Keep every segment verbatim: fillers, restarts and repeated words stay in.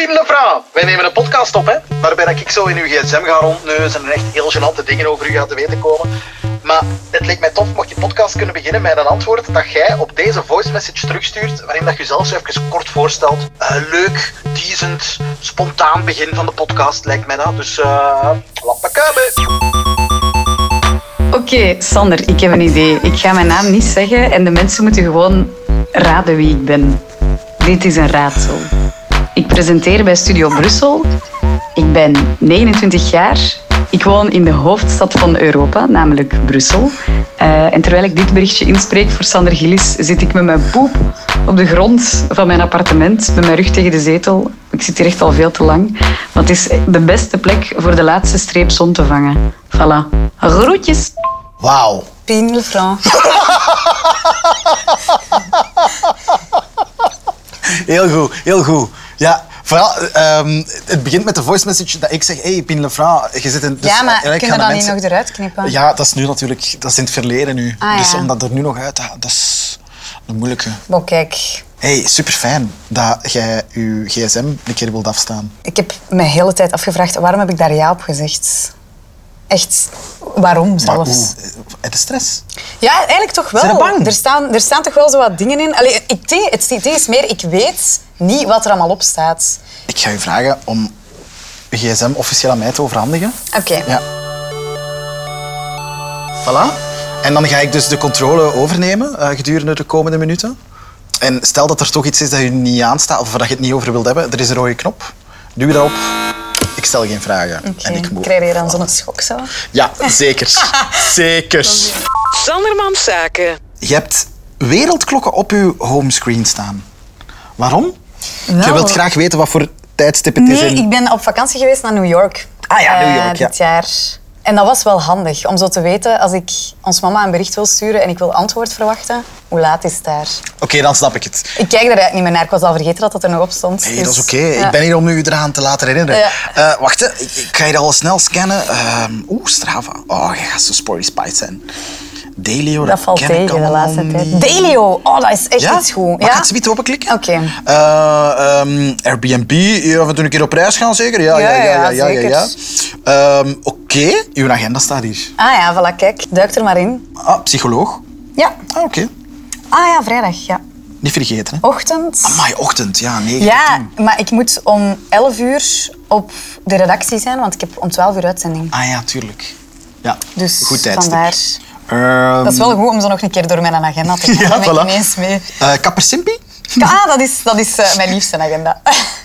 Pien Lefranc. Wij nemen een podcast op, hè, waarbij ik zo in uw gsm ga rondneuzen en echt heel gênante dingen over u gaat te weten komen. Maar het leek mij tof mocht je podcast kunnen beginnen met een antwoord dat jij op deze voice message terugstuurt, waarin dat je jezelf zo even kort voorstelt. Uh, leuk, decent, spontaan begin van de podcast lijkt mij dat. Dus, uh, lappakabe. Oké, okay, Sander, ik heb een idee. Ik ga mijn naam niet zeggen en de mensen moeten gewoon raden wie ik ben. Dit is een raadsel. Ik presenteer bij Studio Brussel. Ik ben negenentwintig jaar. Ik woon in de hoofdstad van Europa, namelijk Brussel. Uh, en terwijl ik dit berichtje inspreek voor Sander Gillis, zit ik met mijn poep op de grond van mijn appartement, met mijn rug tegen de zetel. Ik zit hier echt al veel te lang. Maar het is de beste plek voor de laatste streep zon te vangen. Voilà. Groetjes. Wauw. Pien Lefranc. Heel goed, heel goed. Ja, vooral, um, het begint met de voice message dat ik zeg, hey, Pien Lefranc, je zit in... Dus, ja, maar uh, kunnen we dat mensen... niet nog eruit knippen? Ja, dat is nu natuurlijk, dat is in het verleden nu. Ah, dus ja. om dat er nu nog uit te halen, dat is een moeilijke. Bon, kijk. Hey, super fijn dat jij je gsm een keer wilt afstaan. Ik heb me de hele tijd afgevraagd, waarom heb ik daar ja op gezegd? Echt, waarom zelfs? Uit de stress? Ja, eigenlijk toch wel. Zijn er bang? Er staan, er staan toch wel zo wat dingen in. Allee, ik denk, het idee is meer, ik weet niet wat er allemaal op staat. Ik ga je vragen om je gsm officieel aan mij te overhandigen. Oké. Okay. Ja. Voilà. En dan ga ik dus de controle overnemen uh, gedurende de komende minuten. En stel dat er toch iets is dat je niet aanstaat of dat je het niet over wilt hebben, er is een rode knop. Duw dat op. Ik stel geen vragen. Okay. En ik moet... Krijg je dan zo'n schok zo? Ja, zeker. Zeker. Sandermans Zaken. Je hebt wereldklokken op je homescreen staan. Waarom? Wel. Je wilt graag weten wat voor tijdstip het is. Nee, in... ik ben op vakantie geweest naar New York. Ah ja, New York, uh, ja. dit jaar. En dat was wel handig, om zo te weten, als ik ons mama een bericht wil sturen en ik wil antwoord verwachten, hoe laat is het daar? Oké, okay, dan snap ik het. Ik kijk er eigenlijk niet meer naar. Ik was al vergeten dat het er nog op stond. Nee, dus, dat is oké. Okay. Ja. Ik ben hier om u eraan te laten herinneren. Ja. Uh, wacht, hè. Ik, ik ga je al snel scannen. Uh, Oeh, Strava. Oh, je gaat zo Sporty Spice zijn. Delio, dat, dat valt ken tegen ik de laatste niet. tijd. Delio, oh, dat is echt ja? iets goed. Mag ja? ik het zoiets openklikken? Oké. Okay. Uh, um, Airbnb, je af en toe een keer op reis gaan, zeker? Ja, ja, ja. ja, ja, ja, ja, ja. Um, Oké, okay. Uw agenda staat hier. Ah ja, voilà, kijk. Duik er maar in. Ah, psycholoog? Ja. Ah, oké. Okay. Ah ja, vrijdag, ja. Niet vergeten, hè? Ochtend. Amai, ochtend, ja, negen Ja, tot tien. maar ik moet om elf uur op de redactie zijn, want ik heb om twaalf uur uitzending. Ah ja, tuurlijk. Ja, dus goed tijdstip. vandaar. Um... Dat is wel goed om zo nog een keer door mijn agenda te gaan. Ja, Dan ben ik voilà. ineens mee. Uh, Kapper Simpy? Ah, dat is, dat is uh, mijn liefste agenda.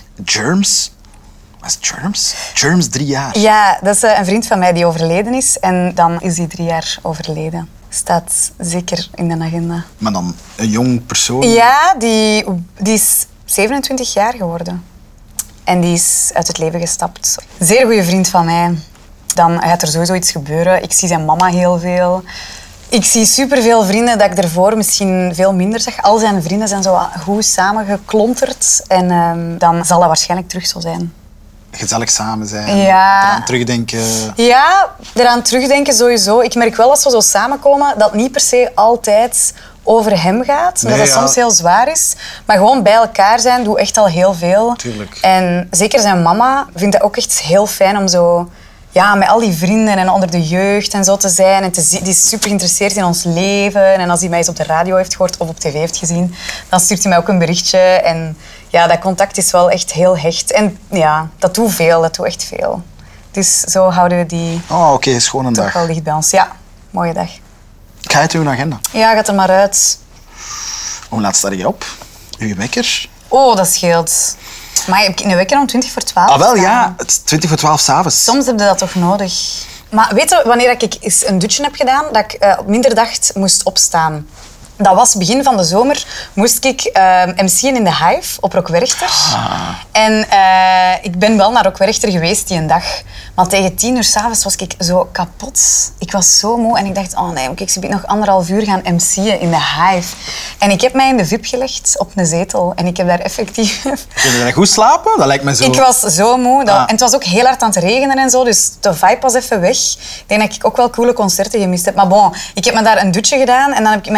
Germs? Wat is Germs? Germs, drie jaar. Ja, dat is uh, een vriend van mij die overleden is. En dan is hij drie jaar overleden. Staat zeker in de agenda. Maar dan een jong persoon? Ja, die, die is zevenentwintig jaar geworden. En die is uit het leven gestapt. Zeer goede vriend van mij. Dan gaat er sowieso iets gebeuren. Ik zie zijn mama heel veel. Ik zie superveel vrienden dat ik ervoor misschien veel minder zag. Al zijn vrienden zijn zo goed samengeklonterd. En um, dan zal dat waarschijnlijk terug zo zijn. Gezellig samen zijn, ja. eraan terugdenken. Ja, eraan terugdenken sowieso. Ik merk wel als we zo samenkomen dat het niet per se altijd over hem gaat. Nee, dat dat ja. soms heel zwaar is. Maar gewoon bij elkaar zijn doet echt al heel veel. Tuurlijk. En zeker zijn mama vindt het ook echt heel fijn om zo... Ja, met al die vrienden en onder de jeugd en zo te zijn. En te zien, die is super geïnteresseerd in ons leven. En als hij mij eens op de radio heeft gehoord of op tv heeft gezien, dan stuurt hij mij ook een berichtje. En ja, dat contact is wel echt heel hecht. En ja, dat doet veel, dat doet echt veel. Dus zo houden we die Oh, oké, okay, schoon een toch dag. wel dicht bij ons. Ja, mooie dag. Ga je het uw agenda? Ja, gaat er maar uit. Hoe laat sta je op? Uw wekker? Oh, dat scheelt. Maar heb ik een wekker om twintig voor twaalf? Ah, wel ja. Het is twintig voor twaalf s'avonds. Soms heb je dat toch nodig. Maar weet je, wanneer ik eens een dutje heb gedaan, dat ik uh, op minderdag moest opstaan. Dat was begin van de zomer, moest ik uh, M C'en in de Hive op Rock Werchter. Ah. En uh, ik ben wel naar Rock Werchter geweest die een dag. Maar tegen tien uur s'avonds was ik zo kapot. Ik was zo moe en ik dacht, oh nee, ik moet nog anderhalf uur gaan M C'en in de Hive. En ik heb mij in de V I P gelegd op een zetel. En ik heb daar effectief... Kun je dan goed slapen? Dat lijkt me zo... Ik was zo moe. Dat... Ah. En het was ook heel hard aan het regenen en zo. Dus de vibe was even weg. Ik denk dat ik ook wel coole concerten gemist heb. Maar bon, ik heb me daar een dutje gedaan. En dan heb ik mij naar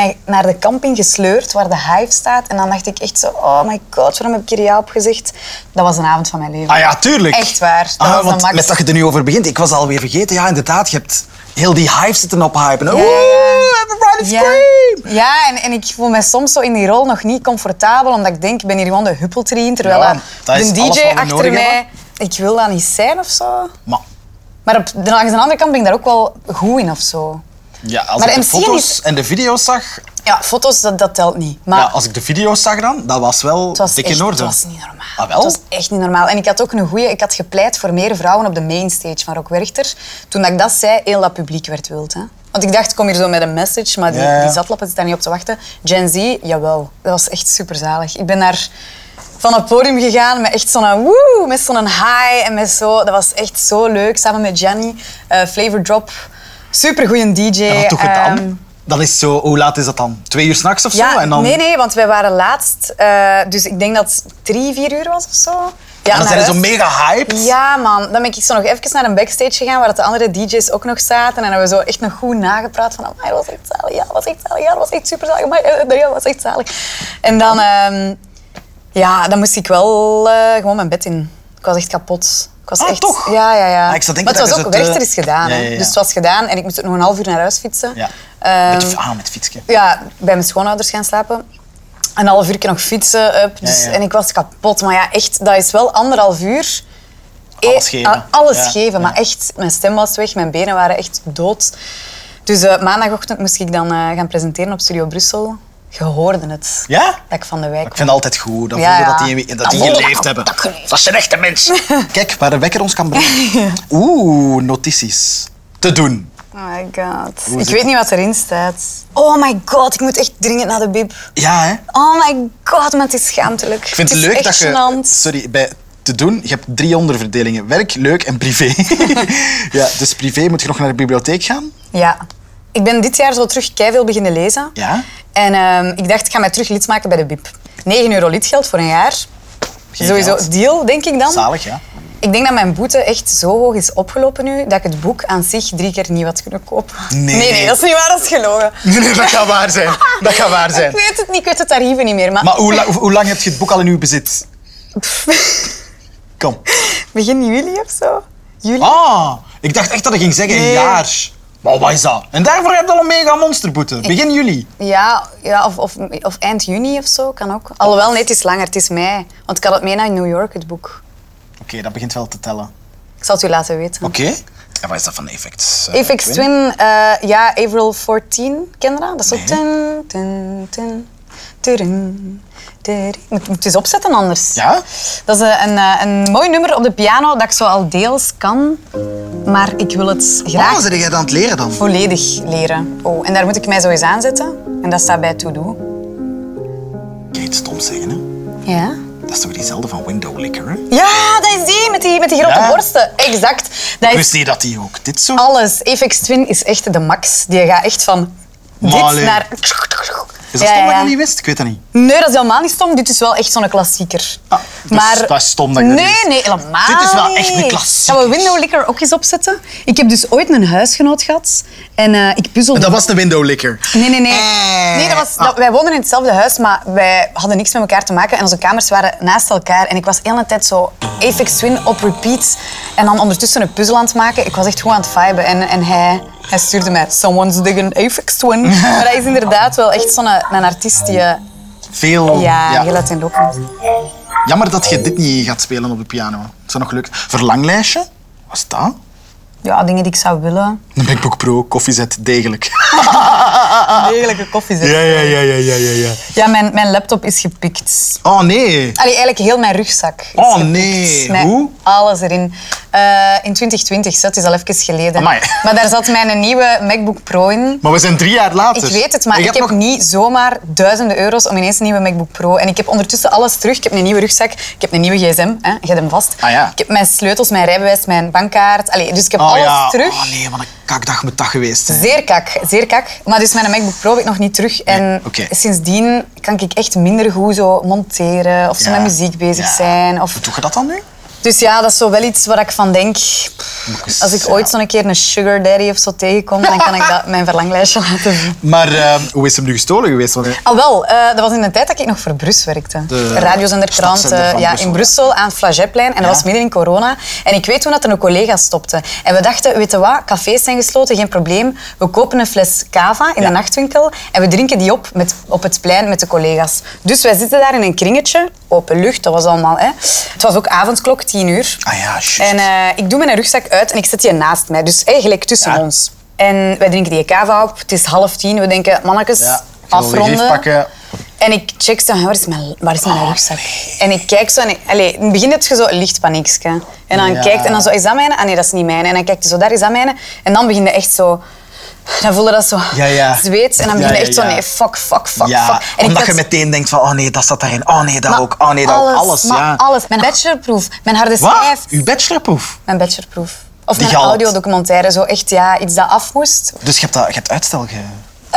de camping gesleurd, waar de Hive staat. En dan dacht ik echt zo, oh my god, waarom heb ik hier ja op gezegd? Dat was een avond van mijn leven. Ah ja, tuurlijk. Echt waar. Dat ah, was want de max. met dat je er nu over begint, ik was alweer vergeten. Ja, inderdaad, je hebt heel die Hive zitten ophypen. Ja, Oeh, ja. everybody Ja, scream! ja en, en ik voel me soms zo in die rol nog niet comfortabel, omdat ik denk, ik ben hier gewoon de huppeltrien, terwijl Ja, uh, dat is de alles D J wat we achter nodig mij, hebben. ik wil dat niet zijn of zo. Maar Maar op, de, langs de andere kant ben ik daar ook wel goed in of zo. ja, als Maar ik de M C'en foto's is- en de video's zag... Ja, foto's, dat, dat telt niet. Maar Ja, als ik de video's zag dan, dat was wel het was, dik echt, in het orde. was niet normaal. Ah, wel? Het was echt niet normaal. En ik had ook een goeie, ik had gepleit voor meer vrouwen op de mainstage van Rock Werchter. Toen dat ik dat zei, heel dat publiek werd wild. Hè. Want ik dacht, ik kom hier zo met een message, maar die, Ja, ja. die zatlappen zitten daar niet op te wachten. Gen Z, jawel. Dat was echt superzalig. Ik ben daar van het podium gegaan met echt zo'n woe, met zo'n high en met zo. Dat was echt zo leuk, samen met Gianni. Uh, Flavor Drop, supergoeie D J. En wat doe je dan? Ehm, Dan is zo, hoe laat is dat dan? Twee uur s'nachts of ja, zo? En dan... nee, nee, want wij waren laatst, uh, dus ik denk dat het drie, vier uur was of zo. Ja, en dan zijn naar ze zo huis. mega hyped. Ja, man. Dan ben ik zo nog even naar een backstage gegaan waar de andere D J's ook nog zaten. En hebben we zo echt nog goed nagepraat van, amai, dat was echt zalig. Ja, dat was echt zalig. Ja, dat was echt super zalig. Amai, uh, ja, dat was echt zalig. En dan, um, ja, dan moest ik wel uh, gewoon mijn bed in. Ik was echt kapot. Ik was Ah, echt... toch? Ja, ja, ja. Ah, ik zat denken maar het dat was je ook, zo te- Werchter is gedaan. Ja, hè. ja, ja. Dus het was gedaan en ik moest ook nog een half uur naar huis fietsen. Ja. Ehm, Met, ah, met fietsje. ja, bij mijn schoonouders gaan slapen. Een half uur nog fietsen. Up, dus, Ja, ja. En ik was kapot. Maar ja, echt, dat is wel anderhalf uur. Alles Eh, geven. ah, Alles Ja, geven. ja. Maar echt, mijn stem was weg. Mijn benen waren echt dood. Dus uh, maandagochtend moest ik dan uh, gaan presenteren op Studio Brussel. Je hoorde het. Ja? Dat ik van de wijk Ik vind het altijd goed. Dan Ja, voel je ja. dat die, dat Dat die voel je geleefd dat- hebben. dat geleefd. Dat zijn echte mensen. Kijk, waar de wekker ons kan brengen. Oeh, notities. Te doen. Oh my god. Hoe Ik is weet het? niet wat erin staat. Oh my god, ik moet echt dringend naar de bib. Ja, hè? Oh my god, maar het is schaamtelijk. Ik vind het, is leuk echt dat je... gênant. Sorry, bij te doen, je hebt drie onderverdelingen. Werk, leuk en privé. ja, dus privé moet je nog naar de bibliotheek gaan. Ja. Ik ben dit jaar zo terug keiveel beginnen lezen. Ja. En ehm, ik dacht, ik ga mij terug lid maken bij de B I B. negen euro lidgeld voor een jaar. Geen Sowieso geld. deal, denk ik dan. Zalig, ja. Ik denk dat mijn boete echt zo hoog is opgelopen nu, dat ik het boek aan zich drie keer niet had kunnen kopen. Nee. Nee, nee, dat is niet waar, dat is gelogen. Nee, nee, dat gaat waar zijn. Dat gaat waar zijn. Ik weet het niet, ik weet de tarieven niet meer. Maar, Maar hoe, la- hoe, hoe lang heb je het boek al in uw bezit? Kom. begin juli of zo? Juli? Ah, ik dacht echt dat ik ging zeggen een Nee. jaar. Maar wat is dat? En daarvoor heb je al een mega monsterboete. Begin juli. Ja, ja of, of, of eind juni of zo, kan ook. Alhoewel, nee, het is langer, het is mei. Want ik had het mee naar New York, het boek. Oké, dat begint wel te tellen. Ik zal het u laten weten. Oké. En wat is dat van Aphex? uh, Aphex Twin, eh, ja, April fourteen, ken je dat? Dat is zo... Nee. Tun, tun, tun, tudun, tudun. Moet moet eens opzetten anders. Ja? Dat is een, een, eh, een mooi nummer op de piano dat ik zo al deels kan, maar ik wil het graag Oh, zijn jij dat aan het leren dan? volledig leren. Oh, en daar moet ik mij zo eens aanzetten. En dat staat bij To Do. Kan je iets stoms zeggen, hè? Ja? Dat is toch diezelfde van Window Licker, hè? Ja, dat is die met die, met die grote Ja. borsten. Exact. Dat Ik is wist niet dat die ook dit zo... alles. Aphex Twin is echt de max. Die gaat echt van dit Allee. naar... Is dat Ja, stom ja, dat ja. je niet wist? Ik weet dat niet. Nee, dat is helemaal niet stom. Dit is wel echt zo'n klassieker. Ah, dat is- dat is stom dat je dat Nee, niet wist. nee, helemaal Dit is wel niet. echt een klassieker. Gaan we Window Licker ook eens opzetten? Ik heb dus ooit een huisgenoot gehad en eh, ik puzzelde... Dat was de Window Licker. Nee, nee, nee. Eh. nee dat was, Ah. dat- wij woonden in hetzelfde huis, maar wij hadden niks met elkaar te maken. En onze kamers waren naast elkaar. En ik was de hele tijd zo Aphex Twin op repeat. En dan ondertussen een puzzel aan het maken. Ik was echt goed aan het viben. En, en hij, hij stuurde mij, someone's digging Aphex Twin. Maar hij is inderdaad wel echt zo'n een artiest die... eh, Veel... ja, heel uiteenlopend. Jammer dat je dit niet gaat spelen op de piano. Dat zou nog leuk... Verlanglijstje? Wat is dat? Ja, dingen die ik zou willen. Een MacBook Pro, koffiezet, degelijk. Degelijke koffie zetten. Ja, ja, ja, ja, ja, ja, ja. Ja, mijn, mijn laptop is gepikt. Oh, nee. Allee, eigenlijk heel mijn rugzak is Oh, gepikt. nee. Met Hoe? alles erin. Eh, in twintig twintig, dat is al even geleden. Amai. Maar daar zat mijn nieuwe MacBook Pro in. Maar we zijn drie jaar later. Ik weet het, maar En je ik hebt heb nog... niet zomaar duizenden euro's om ineens een nieuwe MacBook Pro. En ik heb ondertussen alles terug. Ik heb een nieuwe rugzak, ik heb een nieuwe gsm, hè. Je hebt hem vast. Ah, ja. Ik heb mijn sleutels, mijn rijbewijs, mijn bankkaart. Allee, dus ik heb Oh, alles ja. terug. Oh, nee, wat een kakdag moet dat geweest zijn. Zeer kak, zeer kak. Maar dus mijn MacBook Pro heb ik nog niet terug. En oké. sindsdien kan ik echt minder goed zo monteren of zo Ja. met muziek bezig Ja. zijn. Of... Hoe doe je dat dan nu? Dus ja, dat is zo wel iets waar ik van denk. Als ik ooit zo'n keer een sugar daddy of zo tegenkom, dan kan ik dat mijn verlanglijstje laten zien. Maar uh, hoe is hem nu gestolen geweest? Want, Al ah, wel, uh, dat was in de tijd dat ik nog voor Brus werkte. De radiozender-krant uh, ja, Brussel. in Brussel aan het Flagetplein. En dat Ja. was midden in corona. En ik weet toen dat er een collega stopte. En we dachten, weet je wat, cafés zijn gesloten, geen probleem. We kopen een fles cava in Ja. de nachtwinkel en we drinken die op met, op het plein met de collega's. Dus wij zitten daar in een kringetje, open lucht, dat was allemaal. Hè. Het was ook avondklok, tien uur. Ah ja, juist. En uh, ik doe mijn rugzak uit en ik zet die naast mij. Dus hey, gelijk tussen Ja. ons. En wij drinken die cava op. Het is half tien. We denken, mannetjes, Ja, ik wil de grief afronden. pakken. En ik check zo, waar is mijn, waar is mijn Oh, rugzak? En ik kijk zo en ik, allez, in het begin heb je zo een licht paniekje. En dan Ja. kijkt en dan zo, is dat mijne? Ah nee, dat is niet mijne. En dan kijkt je zo, daar is dat mijne. En dan begin je echt zo... Dan voelde dat zo Ja, ja. zweet. En dan Ja, begin je ja, echt zo, ja. nee, fuck, fuck, fuck, Ja, fuck. En omdat ik je had- meteen denkt van, oh nee, dat zat daarin. Oh nee, dat maar ook. Oh nee, dat alles, ook. Alles, maar ja. alles. Mijn bachelorproef, mijn harde Wat? schijf. Uw bachelorproef? Mijn bachelorproef. Of Die mijn galt. audiodocumentaire. Zo echt, ja, iets dat af moest. Dus je hebt, dat, je hebt uitstel ge...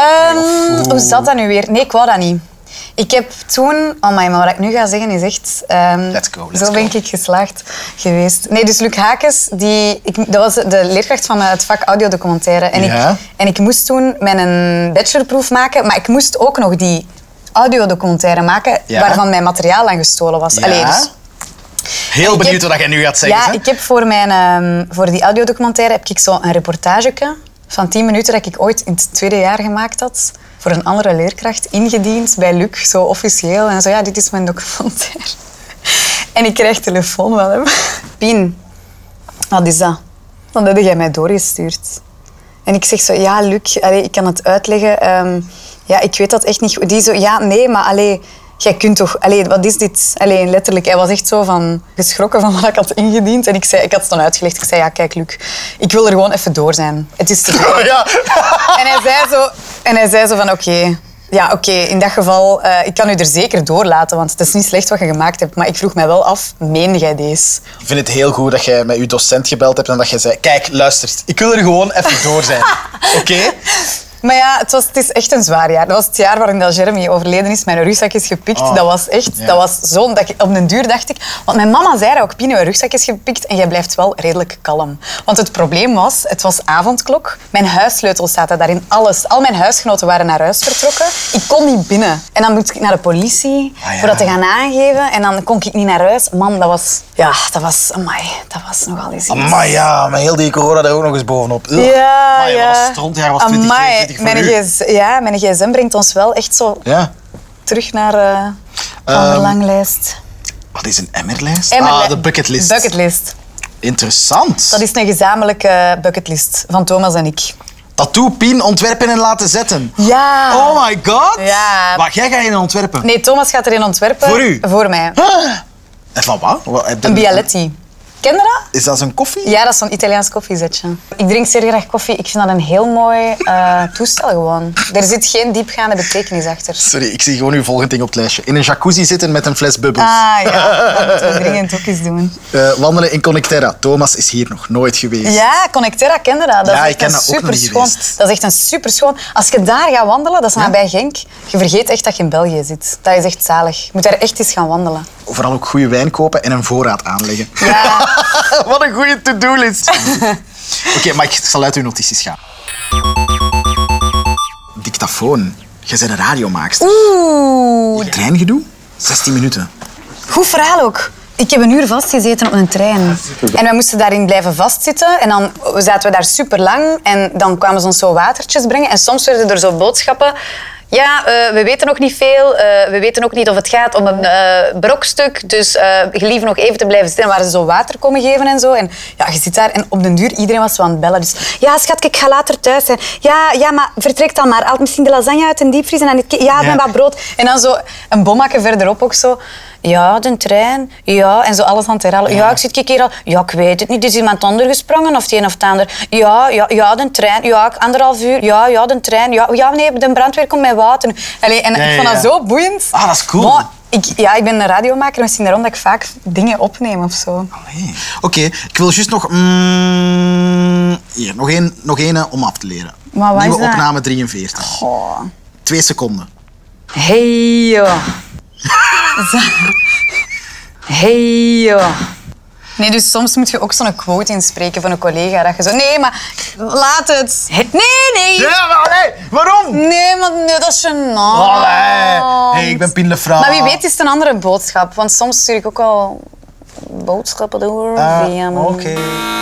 Ehm, hoe zat dat nu weer? Nee, ik wou dat niet. Ik heb toen... Oh my, maar wat ik nu ga zeggen is echt... ehm, Let's go, let's zo ben go. ik geslaagd geweest. Nee, dus Luc Hakes, die, ik, dat was de leerkracht van het vak audiodocumentaire. En, Ja. ik, en ik moest toen mijn bachelorproef maken, maar ik moest ook nog die audiodocumentaire maken, Ja. waarvan mijn materiaal dan gestolen was. Ja. Allee, dus, Heel ik benieuwd heb- wat jij nu gaat zeggen. ja, hè? ik heb voor, mijn, ehm, voor die audiodocumentaire heb ik zo een reportageke van tien minuten dat ik ooit in het tweede jaar gemaakt had. Voor een andere leerkracht, ingediend bij Luc, zo officieel. En zo, ja, dit is mijn documentaire. En ik krijg telefoon van hem. Pien, wat is dat? Dan heb jij mij doorgestuurd. En ik zeg zo, ja, Luc, allee, ik kan het uitleggen. Ehm, ja, ik weet dat echt niet goed. Die zo, ja, nee, maar allee, jij kunt toch... Allee, wat is dit? Allee, letterlijk, hij was echt zo van geschrokken van wat ik had ingediend. En ik, zei, ik had het dan uitgelegd. Ik zei, ja, kijk, Luc, ik wil er gewoon even door zijn. Het is te veel. Oh, ja. En hij zei zo, en hij zei zo van, oké... Ja, oké, in dat geval, uh, ik kan u er zeker doorlaten, want het is niet slecht wat je gemaakt hebt. Maar ik vroeg mij wel af, meende jij deze? Ik vind het heel goed dat jij met je docent gebeld hebt en dat je zei, kijk, luister, ik wil er gewoon even door zijn. Oké? Maar ja, het, was, het is echt een zwaar jaar. Dat was het jaar waarin dat Jeremy overleden is. Mijn rugzak is gepikt. Oh. Dat was echt... Ja. Dat was zo... Dat ik, op den duur dacht ik... Want mijn mama zei dat ook, Pien, je rugzak is gepikt en jij blijft wel redelijk kalm. Want het probleem was, het was avondklok. Mijn huissleutels zaten daarin. Alles. Al mijn huisgenoten waren naar huis vertrokken. Ik kon niet binnen. En dan moest ik naar de politie Ah, ja. voor dat te gaan aangeven. En dan kon ik niet naar huis. Man, dat was... Ja, dat was... Amai, dat was nogal eens iets. Maar ja, met heel die corona daar ook nog eens bovenop. Ugh. Ja, Amai, ja. wat een strontjaar was twintig tweeëntwintig voor mijn, u. gs, ja, mijn gsm brengt ons wel echt zo Ja. terug naar uh, van Ehm, de langlijst. Wat is een emmerlijst? Emmerlij- Ah, de bucketlist. Bucketlist. Interessant. Dat is een gezamenlijke bucketlist van Thomas en ik. Tattoo, pin, ontwerpen en laten zetten. Ja. Oh my god. Ja. Maar jij gaat in ontwerpen. Nee, Thomas gaat erin ontwerpen. Voor u? Voor mij. Ah. En van wat? Wat heb je- Een Bialetti. Ken je dat? Is dat zo'n koffie? Ja, dat is zo'n Italiaans koffiezetje. Ik drink zeer graag koffie. Ik vind dat een heel mooi uh, toestel gewoon. Er zit geen diepgaande betekenis achter. Sorry, ik zie gewoon uw volgende ding op het lijstje. In een jacuzzi zitten met een fles bubbels. Ah ja, dat moeten we dringend ook eens doen. Uh, wandelen in Connecterra. Thomas is hier nog nooit geweest. Ja, Connecterra kende dat. Dat Ja, is ik ken echt dat een ook nog niet superschoon. geweest. Dat is echt een superschoon. Als je daar gaat wandelen, dat is nabij Genk, je vergeet echt dat je in België zit. Dat is echt zalig. Je moet daar echt eens gaan wandelen. Vooral ook goede wijn kopen en een voorraad aanleggen. Ja. Wat een goede to-do-list. Oké, okay, maar ik zal uit uw notities gaan. Dictafoon. Je bent een radiomaakster. Oeh, Treingedoe? zestien minuten. goed verhaal ook. Ik heb een uur vastgezeten op een trein. En wij moesten daarin blijven vastzitten. En dan zaten we daar super lang. En dan kwamen ze ons zo watertjes brengen. En soms werden er zo boodschappen. Ja, uh, we weten nog niet veel. Uh, we weten ook niet of het gaat om een uh, brokstuk. Dus uh, gelieve nog even te blijven zitten. En waar ze zo water komen geven en zo. En ja, je zit daar en op den duur, iedereen was zo aan het bellen. Dus ja, schat, ik ga later thuis zijn. Ja, ja, maar vertrek dan maar. Haal misschien de lasagne uit de diepvries en dan dit... Ja, met wat brood. En dan zo een bommakke verderop ook zo... Ja, de trein. Ja, en zo alles aan het herhalen. Ja, ik zit een keer al... Ja, ik weet het niet. Is iemand onder gesprongen of het een of het ander? Ja, ja, ja, de trein. Ja, anderhalf uur. Ja, ja, de trein. Ja, ja nee, de brandweer komt met water. Allee, en Ja, ja, ik vond dat ja. zo boeiend. Ah, dat is cool. Maar ik, ja, ik ben een radiomaker. Misschien daarom dat ik vaak dingen opneem of zo. Allee. Oké, ik wil juist nog... Mm, hier, nog één nog één om af te leren. Maar wat is Nieuwe dat? opname drieënveertig. Oh. Twee seconden. Hey joh. Hey joh. Nee, dus soms moet je ook zo'n quote inspreken van een collega. Dat je zo, nee, maar laat het. Nee, nee. Ja, maar nee, waarom? Nee, maar nee, dat is gênant. Allee. Hey, ik ben Pien Lefra. Maar wie weet is het een andere boodschap. Want soms stuur ik ook al boodschappen door Ah, via mijn... Oké. Okay.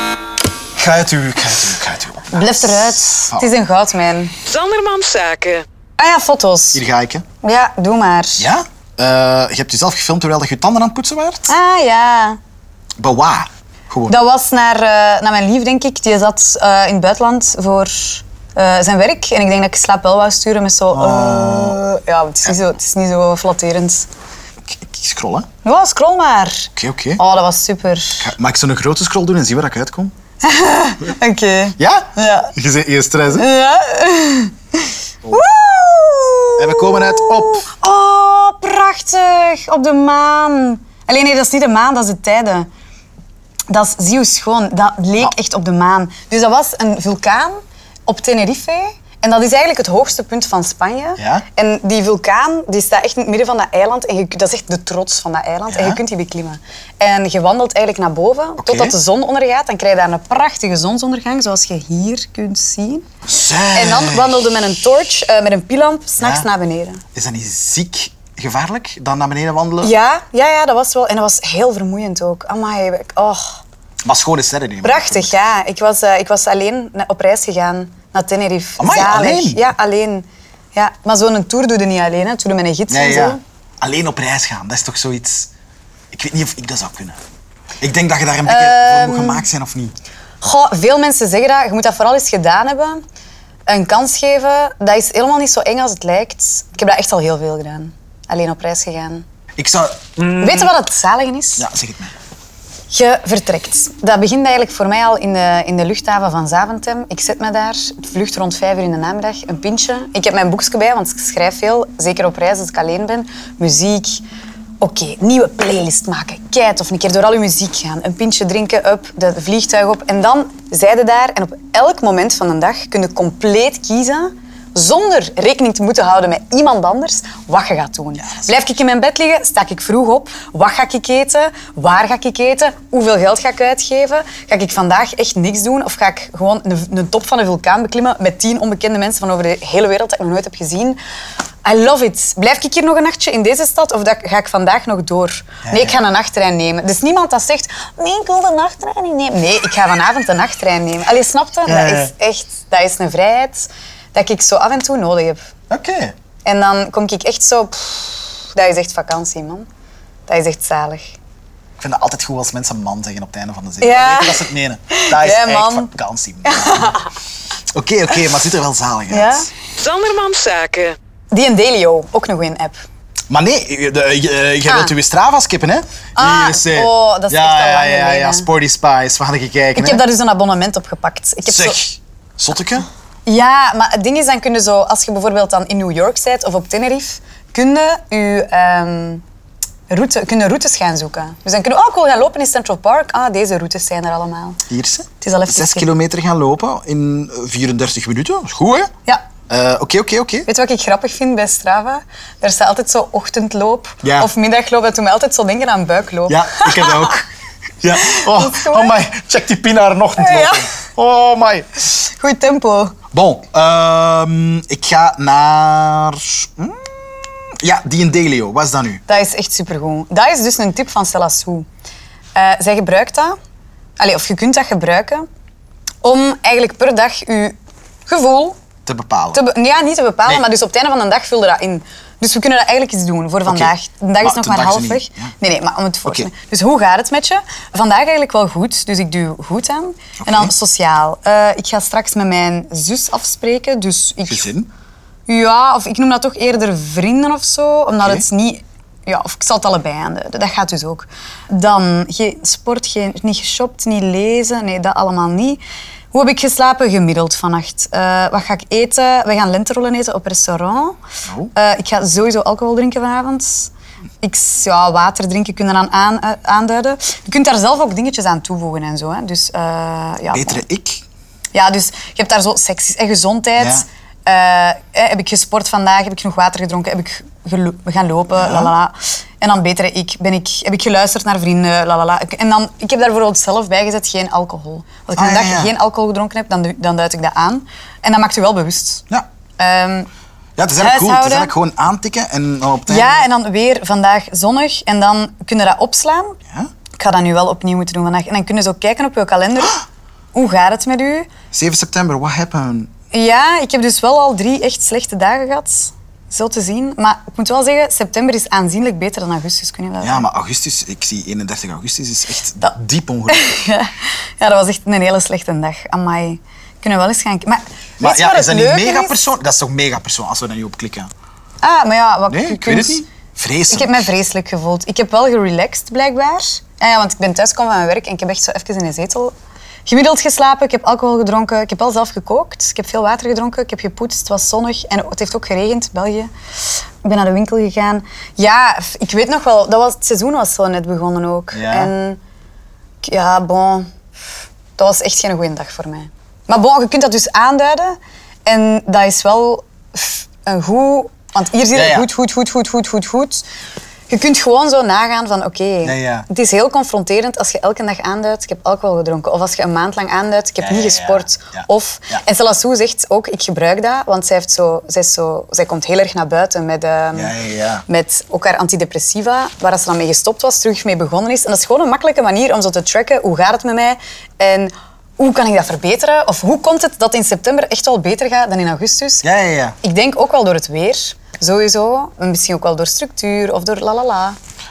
Ik ga het u, ik ga het u, ik ga het u. Blijf eruit. Oh. Het is een goudmijn. Sandermans Zaken. Ah ja, foto's. Hier ga ik, hè. Ja, doe maar. Ja? Uh, je hebt jezelf gefilmd terwijl je je tanden aan het poetsen waart? Ah ja. Bewaar. Gewoon. Dat was naar, uh, naar mijn lief, denk ik. Die zat uh, in het buitenland voor uh, zijn werk. En ik denk dat ik slaap wel wou sturen met zo... Uh, oh. Ja, het is, ja. Niet zo, het is niet zo flatterend. Ik, ik scroll, hè. Ja, scroll maar. Oké, okay, oké. Okay. Oh, dat was super. Ga, mag ik zo'n grote scroll doen en zien waar ik uitkom? Oké. Okay. Ja? Ja. Je zit je stress, hè? Ja. Oh. En we komen uit op... Oh, prachtig. Op de maan. Alleen nee, dat is niet de maan, dat is de tijden. Dat is, zie hoe schoon. Dat leek oh. echt op de maan. Dus dat was een vulkaan op Tenerife. En dat is eigenlijk het hoogste punt van Spanje. Ja? En die vulkaan die staat echt in het midden van dat eiland. En je, dat is echt de trots van dat eiland. Ja? En je kunt die beklimmen. En je wandelt eigenlijk naar boven, okay. totdat de zon ondergaat. Dan krijg je daar een prachtige zonsondergang, zoals je hier kunt zien. Zeg. En dan wandelde met een torch, uh, met een pilamp, s'nachts ja? naar beneden. Is dat niet ziek gevaarlijk, dan naar beneden wandelen? Ja, ja, ja, dat was wel. En dat was heel vermoeiend ook. Amai, oh. Maar schone sterren nemen. Prachtig, ja. Ik was, uh, ik was alleen op reis gegaan naar Tenerife. Amai, alleen? Ja, alleen. Ja, maar zo'n tour doe je niet alleen, hè. Dat doe je met een gids nee, en zo. Ja. Alleen op reis gaan, dat is toch zoiets... Ik weet niet of ik dat zou kunnen. Ik denk dat je daar een beetje um, voor moet gemaakt zijn, of niet? Goh, veel mensen zeggen dat. Je moet dat vooral eens gedaan hebben. Een kans geven, dat is helemaal niet zo eng als het lijkt. Ik heb dat echt al heel veel gedaan. Alleen op reis gegaan. Ik zou... Mm. Weet je wat het zalige is? Ja, zeg het mij. Je vertrekt. Dat begint eigenlijk voor mij al in de, in de luchthaven van Zaventem. Ik zet me daar, het vlucht rond vijf uur in de namiddag, een pintje. Ik heb mijn boekje bij, want ik schrijf veel, zeker op reis als ik alleen ben. Muziek. Oké, okay, nieuwe playlist maken. Kijk, of een keer door al je muziek gaan. Een pintje drinken, up, de vliegtuig op. En dan zijde daar en op elk moment van de dag kun je compleet kiezen, zonder rekening te moeten houden met iemand anders, wat je gaat doen. Ja, Blijf ik in mijn bed liggen, sta ik vroeg op. Wat ga ik eten? Waar ga ik eten? Hoeveel geld ga ik uitgeven? Ga ik vandaag echt niks doen? Of ga ik gewoon een, een top van een vulkaan beklimmen met tien onbekende mensen van over de hele wereld dat ik nog nooit heb gezien? I love it. Blijf ik hier nog een nachtje in deze stad of dat, ga ik vandaag nog door? Ja, nee, ik ga een nachttrein nemen. Dus niemand dat zegt, nee, ik wil de nachttrein niet nemen. Nee, ik ga vanavond de nachttrein nemen. Allee, snap je? Ja, ja. Dat is echt, dat is een vrijheid dat ik zo af en toe nodig heb. Oké. Okay. En dan kom ik echt zo... Pff, dat is echt vakantie, man. Dat is echt zalig. Ik vind het altijd goed als mensen man zeggen op het einde van de zin. Ja. Weet je dat ze het menen. Dat is ja, echt man. vakantie. Oké, oké, okay, okay, maar het ziet er wel zalig uit. Ja? Sandermans Zaken. Die en Delio, ook nog een app. Maar nee, je, je, je, je ah. wilt je Strava skippen, hè? Ah, Hier is, uh, oh, dat is ja, echt al lang ja, ja, geleden. ja, Sporty Spice, we gaan even kijken. Ik hè? heb daar dus een abonnement op gepakt. Ik heb zeg, zo... zotteke? Ja, maar het ding is, dan kun je zo, als je bijvoorbeeld dan in New York bent of op Tenerife, kun je je um, route, kun je routes gaan zoeken. Dus dan kun je, oh, ik wil gaan lopen in Central Park. Ah, deze routes zijn er allemaal. Hier ze. Het is al even Zes kilometer gaan lopen in vierendertig minuten. Dat is goed, hè? Ja. Oké, oké, oké. Weet je wat ik grappig vind bij Strava? Daar staat altijd zo ochtendloop ja. of middagloop. Dat doet mij altijd zo denken aan buikloop. Ja, ik heb dat ook. Ja. Oh, oh my, check die pin haar een ochtendloop. Ja. Oh my. Goed tempo. Bon, um, ik ga naar... Mm, ja, die in Delio. Wat is dat nu? Dat is echt supergoed. Dat is dus een tip van Stella Sue. Uh, zij gebruikt dat, allez, of je kunt dat gebruiken, om eigenlijk per dag je gevoel... Te bepalen. Te be ja, niet te bepalen, nee. maar dus op het einde van de dag vul je dat in. Dus we kunnen dat eigenlijk eens doen voor vandaag. Okay. De dag is maar nog maar halfweg. Ja. Nee, nee, maar om het voor te okay. Dus hoe gaat het met je? Vandaag eigenlijk wel goed, dus ik doe goed aan. Okay. En dan sociaal. Uh, ik ga straks met mijn zus afspreken. Dus ik... Gezin? Ja, of ik noem dat toch eerder vrienden of zo, omdat okay. het niet... Ja, of ik zal het allebei aanduiden. Dat gaat dus ook. Dan geen sport, geen, niet geshopt, niet lezen. Nee, dat allemaal niet. Hoe heb ik geslapen? Gemiddeld vannacht. Uh, wat ga ik eten? We gaan lenterollen eten op restaurant. Oh. Uh, ik ga sowieso alcohol drinken vanavond. Ik, ja, water drinken kun je dan aan, uh, aanduiden. Je kunt daar zelf ook dingetjes aan toevoegen en zo. Hè. Dus, uh, ja, Betere ik? Ja, dus je hebt daar zo secties en gezondheid. Ja. Uh, heb ik gesport vandaag? Heb ik genoeg water gedronken? Heb ik we gaan lopen? Ja. Lalala. En dan betere ik, ben ik, heb ik geluisterd naar vrienden, lalala. En dan, ik heb daar bijvoorbeeld zelf bijgezet geen alcohol. Als ik Ah, een ja, dag ja. geen alcohol gedronken heb, dan, du- dan duid ik dat aan. En dat maakt u wel bewust. Ja. Ehm, Ja, het is eigenlijk cool. Het is Huishouden. eigenlijk gewoon aantikken en dan op het einde... ja, en dan weer vandaag zonnig. En dan kun je dat opslaan. Ja? Ik ga dat nu wel opnieuw moeten doen vandaag. En dan kun je zo kijken op je kalender. Hoe gaat het met u? zeven september, what happened? Ja, ik heb dus wel al drie echt slechte dagen gehad. Zo te zien. Maar ik moet wel zeggen, september is aanzienlijk beter dan augustus. Kun je dat Ja, maar augustus, ik zie eenendertig augustus, is echt Dat- diep ongelukkig. Ja, ja, dat was echt een hele slechte dag. Amai. Kunnen we wel eens gaan... Maar, Maar weet je ja, wat is dat het niet leuke mega is? persoon? Dat is toch mega persoon als we daar niet op klikken? Ah, maar ja, wat Nee, je ik weet het kunt- niet. Vreselijk. Ik heb mij vreselijk gevoeld. Ik heb wel gerelaxed, blijkbaar. Ja, ja, want ik ben thuisgekomen van mijn werk en ik heb echt zo even in een zetel gemiddeld geslapen. Ik heb alcohol gedronken. Ik heb wel zelf gekookt. Ik heb veel water gedronken. Ik heb gepoetst. Het was zonnig. En het heeft ook geregend, België. Ik ben naar de winkel gegaan. Ja, f- ik weet nog wel. Dat was, het seizoen was zo net begonnen ook. Ja. En ik- ja, bon. Dat was echt geen goede dag voor mij. Maar bon, je kunt dat dus aanduiden. En dat is wel f- een goed... Want hier zie je Ja, ja. goed, goed, goed, goed, goed, goed, goed. Je kunt gewoon zo nagaan van, oké, Ja, ja. het is heel confronterend als je elke dag aanduidt, ik heb alcohol gedronken. Of als je een maand lang aanduidt, ik heb Ja, niet ja, ja. gesport. Ja. Of, Ja. en Selassou zegt ook, ik gebruik dat, want zij, heeft zo, zij, is zo, zij komt heel erg naar buiten met, ehm, Ja, ja, ja. met ook haar antidepressiva, waar ze dan mee gestopt was, terug mee begonnen is. En dat is gewoon een makkelijke manier om zo te tracken, hoe gaat het met mij? En hoe kan ik dat verbeteren? Of hoe komt het dat in september echt wel beter gaat dan in augustus? Ja, ja, ja. Ik denk ook wel door het weer, sowieso. Misschien ook wel door structuur of door lalala.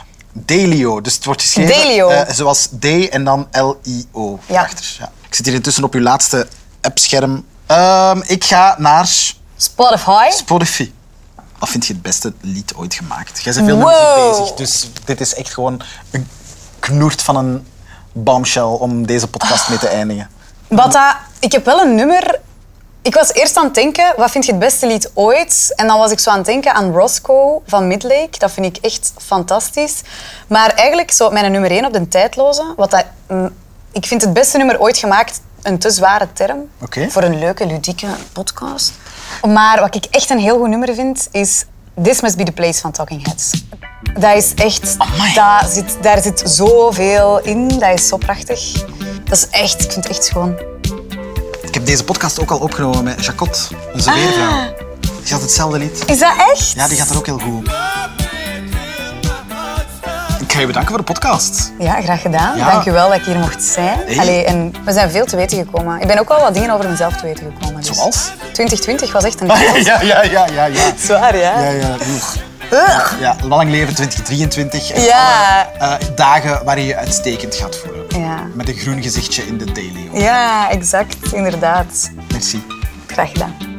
Delio, dus het wordt geschreven Delio. eh, zoals D en dan L I O Ja. achter. Ja. Ik zit hier intussen op uw laatste appscherm. Ehm, ik ga naar Spotify. Spotify. Wat vind je het beste lied ooit gemaakt? Jij bent veel met Wow. muziek bezig, dus dit is echt gewoon een knoert van een bombshell om deze podcast mee te eindigen. Wat dat, ik heb wel een nummer... Ik was eerst aan het denken, wat vind je het beste lied ooit? En dan was ik zo aan het denken aan Roscoe van Midlake. Dat vind ik echt fantastisch. Maar eigenlijk zo mijn nummer één op de tijdloze. Wat dat, mm, ik vind het beste nummer ooit gemaakt een te zware term. Oké. Voor een leuke, ludieke podcast. Maar wat ik echt een heel goed nummer vind, is This Must Be The Place van Talking Heads. Dat is echt... Amai. Dat zit, daar zit zoveel in. Dat is zo prachtig. Dat is echt... Ik vind het echt schoon. Ik heb deze podcast ook al opgenomen met Jacot, onze weervrouw. Die had hetzelfde lied. Is dat echt? Ja, die gaat er ook heel goed op. Ik ga je bedanken voor de podcast. Ja, graag gedaan. Ja. Dank je wel dat ik hier mocht zijn. Hey. Allee, en we zijn veel te weten gekomen. Ik ben ook wel wat dingen over mezelf te weten gekomen. Dus Zoals? twintig twintig was echt een... Ja, ja, ja, ja, ja. ja. Zwaar, ja? Ja, ja. Ugh. Ja, lang leven twintig drieëntwintig. En Ja. alle, eh, dagen waar je je uitstekend gaat voelen. Ja. Met een groen gezichtje in de daily. Ja, exact. Inderdaad. Merci. Graag gedaan.